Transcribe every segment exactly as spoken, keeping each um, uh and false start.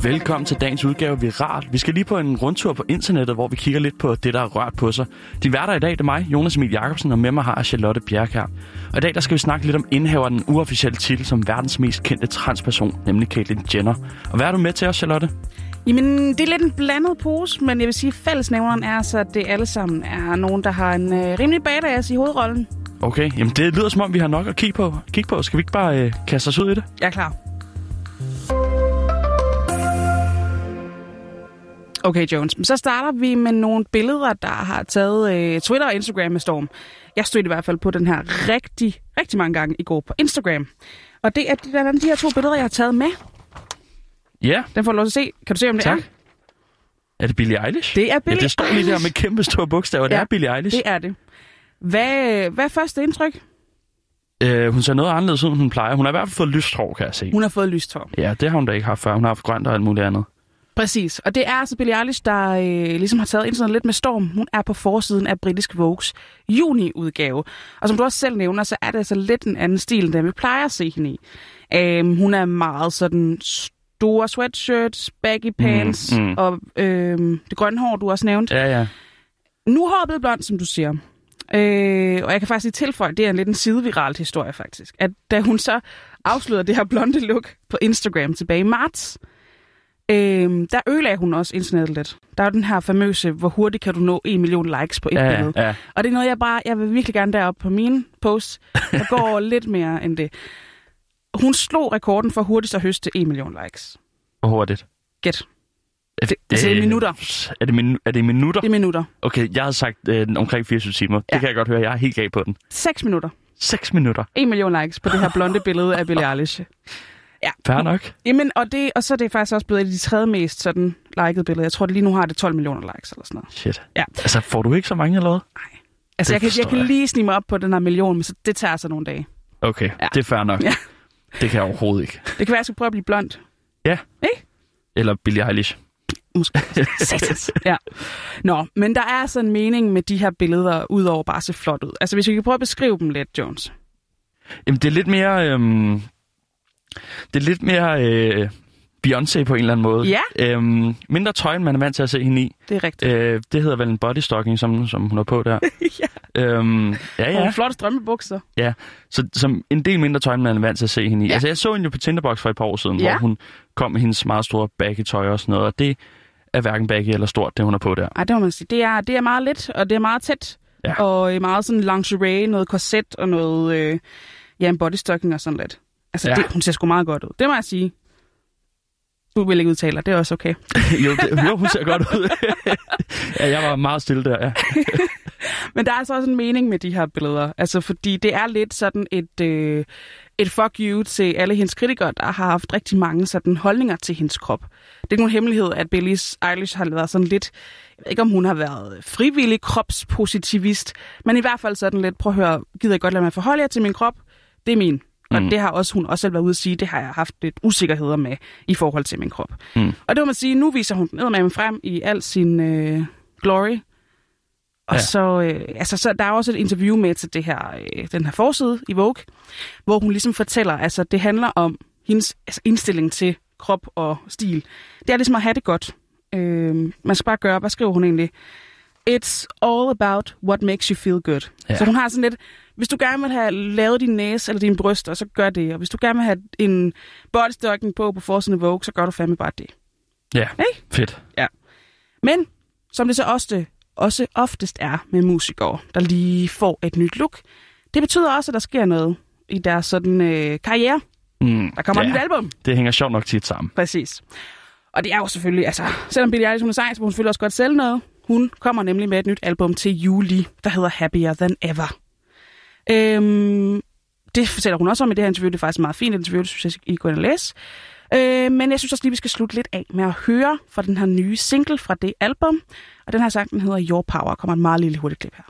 Velkommen til dagens udgave Viral. Vi skal lige på en rundtur på internettet, hvor vi kigger lidt på det, der er rørt på sig. Din værter i dag, det er mig, Jonas Emil Jacobsen, og med mig har Charlotte Bjerkjær. Og i dag der skal vi snakke lidt om indhaver den uofficielle titel som verdens mest kendte transperson, nemlig Caitlyn Jenner. Og hvad er du med til os, Charlotte? Jamen, det er lidt en blandet pose, men jeg vil sige, at fællesnævneren er så, at det alle sammen er nogen, der har en øh, rimelig badass i hovedrollen. Okay, jamen det lyder som om, vi har nok at kigge på. Kigge på. Skal vi ikke bare øh, kaste os ud i det? Jeg er klar. Okay, Jones. Så starter vi med nogle billeder, der har taget øh, Twitter og Instagram med storm. Jeg stødte i hvert fald på den her rigtig, rigtig mange gange i går på Instagram. Og det er blandt andet de her to billeder, jeg har taget med. Ja. Den får du lov til at se. Kan du se, om det tak. er? Er det Billie Eilish? Det er Billie Ja, det står lige der med kæmpe store bogstaver. Det ja, er Billie Eilish. Det er det. Hvad, hvad er første indtryk? Øh, hun ser noget anderledes ud, end hun plejer. Hun har i hvert fald fået lyst hår, kan jeg se. Hun har fået lyst hår. Ja, det har hun da ikke haft før. Hun har haft grønt og alt muligt andet. Præcis. Og det er altså Billie Eilish, der øh, ligesom har taget internet lidt med storm. Hun er på forsiden af britisk Vogues juni-udgave. Og som du også selv nævner, så er det altså lidt en anden stil, end vi plejer at se hende i. Um, hun er meget sådan store sweatshirts, baggy pants mm, mm. og øh, det grønne hår, du også nævnte. Ja, ja. Nu er håret blevet blondt, som du siger. Øh, og jeg kan faktisk lige tilføje, det er en lidt en sideviral historie faktisk, at da hun så afslørede det her blonde look på Instagram tilbage i marts, øh, der ødelagde hun også internettet lidt. Der er den her famøse, hvor hurtigt kan du nå en million likes på et ja, billede. Ja. Og det er noget, jeg bare, jeg vil virkelig gerne derop på mine posts, der går lidt mere end det. Hun slog rekorden for hurtigst at høste en million likes. Hvor hurtigt? Gæt. Det, det, altså det er minutter. Er det, min, er det minutter? Det er minutter. Okay, jeg havde sagt øh, omkring fireogtyve timer. Ja. Det kan jeg godt høre, jeg er helt gal på den. Seks minutter. Seks minutter? En million likes på det her blonde billede af Billie Eilish. Ja. Fair nok. Jamen, og, det, og så er det faktisk også blevet et af de tredje mest sådan likede billeder. Jeg tror, det lige nu har det tolv millioner likes eller sådan noget. Shit. Ja. Altså, får du ikke så mange eller hvad? Nej. Altså, jeg kan, jeg kan lige snige mig op på den her million, men så, det tager så nogle dage. Okay, ja. Det er fair nok. Ja. Det kan jeg overhovedet ikke. Det kan være, at jeg skal prøve at blive blond. Ja. Ikke? Eller Billie Eilish. Måske. Satans. Ja. Nå, men der er sådan en mening med de her billeder, udover bare at se flot ud. Altså, hvis vi kan prøve at beskrive dem lidt, Jones. Jamen, det er lidt mere... Øhm, det er lidt mere øh, Beyoncé på en eller anden måde. Ja. Øhm, mindre tøj, end man er vant til at se hende i. Det er rigtigt. Øh, det hedder vel en bodystocking, som, som hun har på der. ja. Øhm, ja, ja. Og flotte strømpebukser. Ja, så som en del mindre tøj, end man er vant til at se hende i. Ja. Altså, jeg så hende jo på Tinderbox for et par år siden, ja. Hvor hun kom med hendes meget store baggy tøj og sådan noget, og det er hverken baggy eller stort, det hun har på der. Ej, det må man sige. Det er, det er meget let, og det er meget tæt. Ja. Og meget sådan lingerie, noget korset og noget, øh, ja, en bodystocking og sådan lidt. Altså, ja. det, hun ser sgu meget godt ud. Det må jeg sige. Du vil ikke udtale det er også okay. jo, det, jo, hun ser godt ud. ja, jeg var meget stille der, ja. Men der er altså også en mening med de her billeder. Altså, fordi det er lidt sådan et, øh, et fuck you til alle hendes kritikere, der har haft rigtig mange sådan holdninger til hendes krop. Det er ikke nogen hemmelighed, at Billie Eilish har været sådan lidt... Jeg ved ikke, om hun har været frivillig kropspositivist, men i hvert fald sådan lidt, prøv at høre, gider jeg godt lade mig forholde jer til min krop? Det er min. Og mm. det har også hun også selv været ude at sige, det har jeg haft lidt usikkerheder med i forhold til min krop. Mm. Og det må man sige, nu viser hun ned med mig frem i al sin øh, glory. Og ja. så, øh, altså, så der er også et interview med til det her, øh, den her forside i Vogue, hvor hun ligesom fortæller, altså det handler om hendes altså, indstilling til krop og stil. Det er ligesom at have det godt. Øh, man skal bare gøre, hvad skriver hun egentlig? It's all about what makes you feel good. Ja. Så hun har sådan lidt, hvis du gerne vil have lavet din næse eller dine bryster, så gør det. Og hvis du gerne vil have en bodystocking på på forsiden af Vogue, så gør du fandme bare det. Ja, hey? Fedt. Ja. Men, som det så også, også oftest er med musikere, der lige får et nyt look, det betyder også, at der sker noget i deres sådan øh, karriere. Mm, der kommer ja. et nyt album. Det hænger sjovt nok tit sammen. Præcis. Og det er jo selvfølgelig, altså, selvom Billie Eilish hun er sej, så må hun selvfølgelig også godt sælge noget. Hun kommer nemlig med et nyt album til juli, der hedder Happier Than Ever. Øhm, det fortæller hun også om i det her interview. Det er faktisk et meget fint interview, det synes jeg, I går ind og læse. Øh, men jeg synes også lige, vi skal slutte lidt af med at høre fra den her nye single fra det album. Og den her sang, den hedder Your Power. Der kommer en meget lille hurtigt klip her.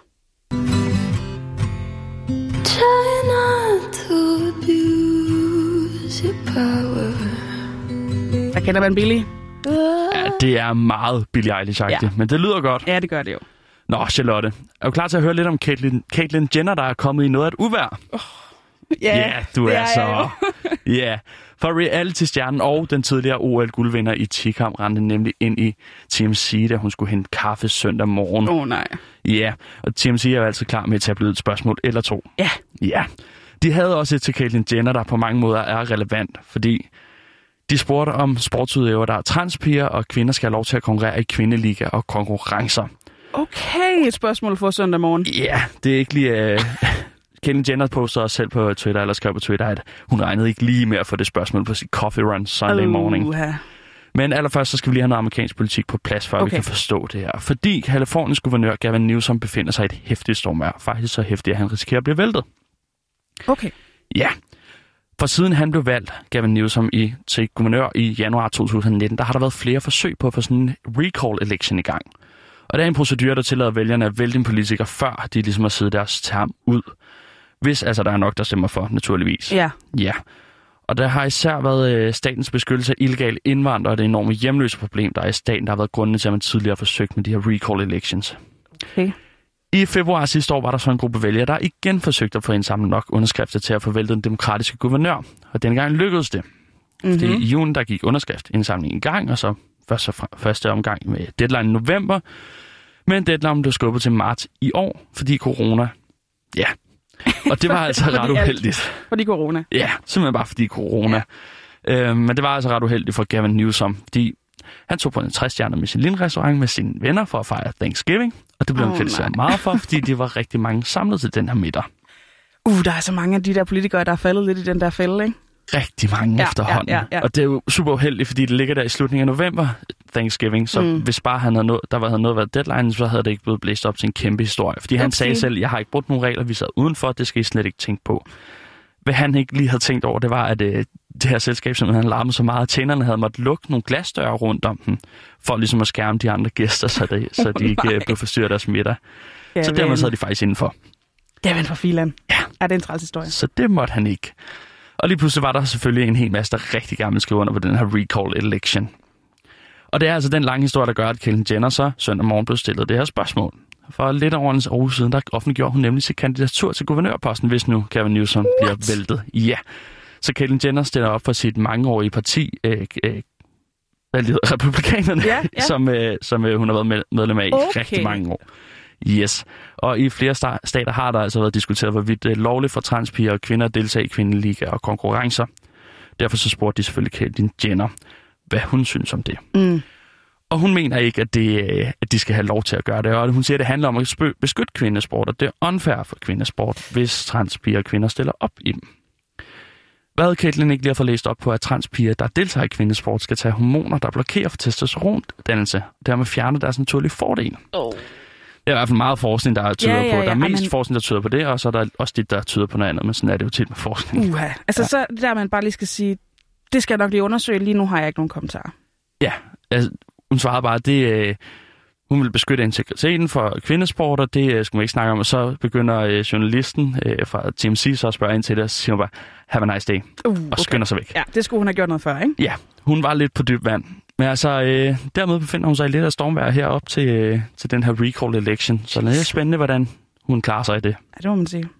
Try not to abuse your power. Der kender man Billie. Ja, det er meget Billie Eilish-agtigt, ja. Men det lyder godt. Ja, det gør det jo. Nå, Charlotte, er du klar til at høre lidt om Caitlyn, Caitlyn Jenner, der er kommet i noget af et uvejr? Oh, yeah, ja, du er, er så... Ja, For reality-stjernen og den tidligere O L-guldvinder i ti-kamp rendte nemlig ind i T M C, da hun skulle hente kaffe søndag morgen. Åh oh, nej. Ja, og T M C er jo altid klar med til at blive et spørgsmål eller to. Ja. Ja. De havde også et til Caitlyn Jenner, der på mange måder er relevant, fordi de spurgte om sportsudøvere, der er transpiger, og kvinder skal have lov til at konkurrere i kvindeliga og konkurrencer. Okay, et spørgsmål for søndag morgen. Ja, yeah, det er ikke lige... Uh... Caitlyn Jenner postede også selv på Twitter, eller skrev på Twitter, at hun regnede ikke lige med at få det spørgsmål på sit coffee run Sunday morning. Uh-huh. Men allerførst så skal vi lige have noget amerikansk politik på plads, før okay. vi kan forstå det her. Fordi Californiens guvernør Gavin Newsom befinder sig i et hæftigt stormvejr. Faktisk så hæftigt, at han risikerer at blive væltet. Okay. Ja. For siden han blev valgt, Gavin Newsom, i, til guvernør i januar to tusind nitten, der har der været flere forsøg på at få sådan en recall-election i gang. Og det er en procedure, der tillader vælgerne at vælge en politiker, før de ligesom har siddet deres term ud. Hvis altså der er nok, der stemmer for, naturligvis. Ja. Ja. Og der har især været øh, statens beskyttelse af illegale indvandrere og det enorme hjemløse problem, der er i staten, der har været grunden til, at man tidligere har forsøgt med de her recall elections. Okay. I februar sidste år var der så en gruppe vælgere, der igen forsøgte at få indsamlet nok underskrifter til at få væltet den demokratiske guvernør. Og denne gang lykkedes det. Mm-hmm. Det er i juni, der gik underskriftindsamlingen i gang, og så første, første omgang med deadline i november. Men deadline blev skubbet til marts i år, fordi corona... Ja, og det var altså ret uheldigt. Fordi corona? Ja, simpelthen bare fordi corona. Ja. Øh, men det var altså ret uheldigt for Gavin Newsom, fordi han tog på en tres-stjernet Michelin-restaurant med sine venner for at fejre Thanksgiving, og det blev oh, han kritiseret meget for, fordi det var rigtig mange samlet til den her middag. Uh, der er så mange af de der politikere, der er faldet lidt i den der fælde, ikke? Rigtig mange ja, efterhånden. Ja, ja, ja. Og det er jo super uheldigt, fordi det ligger der i slutningen af november, Thanksgiving, så mm. hvis bare han havde noget, der havde noget været deadline, så havde det ikke blevet blæst op til en kæmpe historie. Fordi okay. han sagde selv, jeg har ikke brugt nogen regler, vi sad udenfor, det skal I slet ikke tænke på. Hvad han ikke lige havde tænkt over, det var, at øh, det her selskab, som han larmede så meget, at tjenerne havde måttet lukke nogle glasdøre rundt om dem, for ligesom at skærme de andre gæster, så, det, så de ikke øh, blev forstyrret deres middag. Ja, så dermed sad de faktisk indenfor. Jamen for filan. Ja. Er det en træls historie? Så det måtte han ikke. Og lige pludselig var der selvfølgelig en hel masse, der rigtig gerne skrive under på den her recall election. Og det er altså den lange historie, der gør, at Caitlyn Jenner så søndag morgen blev stillet det her spørgsmål. For lidt over en år siden, der offentliggjorde hun nemlig sit kandidatur til guvernørposten, hvis nu Gavin Newsom What? bliver væltet. Ja. Så Caitlyn Jenner stiller op for sit mangeårige parti, øh, øh, hvad det hedder, Republikanerne, ja, ja. som, øh, som øh, hun har været medlem af okay. i rigtig mange år. Yes. Og i flere stater har der altså været diskuteret, hvorvidt det er lovligt for transpiger og kvinder at deltage i kvindeliga og konkurrencer. Derfor så spurgte de selvfølgelig Caitlyn Jenner, hvad hun synes om det. Mm. Og hun mener ikke, at, det, at de skal have lov til at gøre det. Og hun siger, at det handler om at beskytte kvindesport, og det er unfair for kvindesport, hvis transpiger og kvinder stiller op i dem. Hvad havde Caitlyn ikke lige at få læst op på, at transpiger, der deltager i kvindesport, skal tage hormoner, der blokerer for testosterondannelse, og dermed fjerne deres naturlige fordel. Oh. Det er i hvert fald meget forskning, der tyder ja, ja, ja. på. Der er mest Amen. forskning, der tyder på det, og så er der også det, der tyder på noget andet, men sådan er det jo tit med forskning. Uha. Altså ja. så det der, man bare lige skal sige, det skal jeg nok lige undersøge. Lige nu har jeg ikke nogen kommentarer. Ja, altså, hun svarede bare, at det, øh, hun vil beskytte integriteten for kvindesport, og det øh, skulle man ikke snakke om. Og så begynder øh, journalisten øh, fra T M C så at spørge ind til det, og så siger hun bare, have a nice day, uh, okay. og skynder sig væk. Ja, det skulle hun have gjort noget før, ikke? Ja, hun var lidt på dyb vand. Men altså, øh, dermed befinder hun sig i lidt af stormvejr herop til, øh, til den her recall election. Så det er spændende, hvordan hun klarer sig i det. Ja, det må man sige.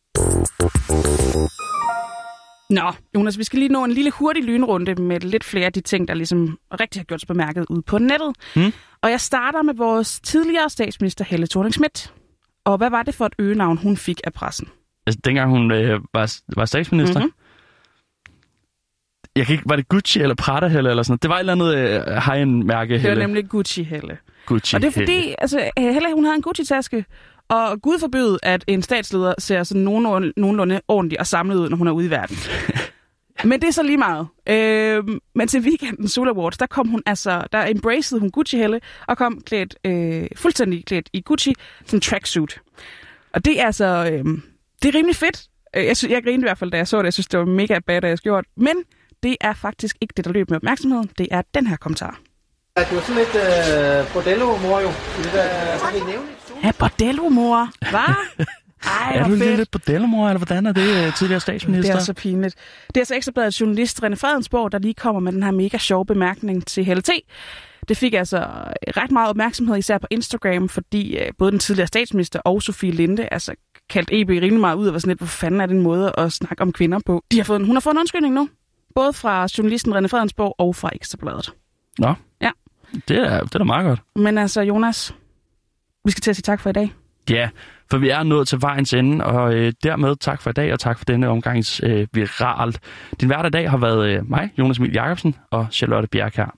Nå, Jonas, vi skal lige nå en lille hurtig lynrunde med lidt flere af de ting, der ligesom rigtig har gjort sig bemærket ude på nettet. Hmm? Og jeg starter med vores tidligere statsminister Helle Thorning-Schmidt. Og hvad var det for et øgenavn, hun fik af pressen? Altså, dengang hun øh, var, var statsminister? Mm-hmm. Jeg kan ikke, var det Gucci eller Prada Helle eller sådan noget? Det var et eller andet uh, high-end mærke Helle. Det var nemlig Gucci Helle. Gucci Og det er fordi, Helle. altså, Helle, hun havde en Gucci-taske, og Gud forbyde, at en statsleder ser sådan nogenlunde, nogenlunde ordentligt og samlet ud, når hun er ude i verden. Men det er så lige meget. Øh, men til weekenden Soul Awards, der kom hun altså, der embracede hun Gucci Helle, og kom klædt, øh, fuldstændig klædt i Gucci, som tracksuit. Og det er altså, øh, det er rimelig fedt. Jeg, synes, jeg grinede i hvert fald, da jeg så det. Jeg synes, det var mega badass gjort. Men det er faktisk ikke det, der løb med opmærksomheden. Det er den her kommentar. Ja, du er sådan lidt øh, bordello-mor jo. Det der, så kan I nævne lidt. Ja, bordello-mor. Hvad? Ej, er du fedt. lidt bordello-mor, eller hvordan er det tidligere statsminister? Det er så pinligt. Det er altså Ekstrabladet journalist René Fredensborg, der lige kommer med den her mega sjove bemærkning til Helle T. Det fik altså ret meget opmærksomhed, især på Instagram, fordi øh, både den tidligere statsminister og Sofie Linde altså kaldt E B rimelig meget ud og var sådan lidt, hvor fanden er det en måde at snakke om kvinder på. De har fået en, hun har fået en undskyldning nu. både fra journalisten René Fredensborg og fra Ekstrabladet. Nå, ja. det, er, det er da meget godt. Men altså, Jonas, vi skal til at sige tak for i dag. Ja, for vi er nået til vejens ende, og øh, dermed tak for i dag, og tak for denne omgangs øh, viralt. Din hverdag dag har været øh, mig, Jonas Emil Jacobsen og Charlotte Bjerkjær.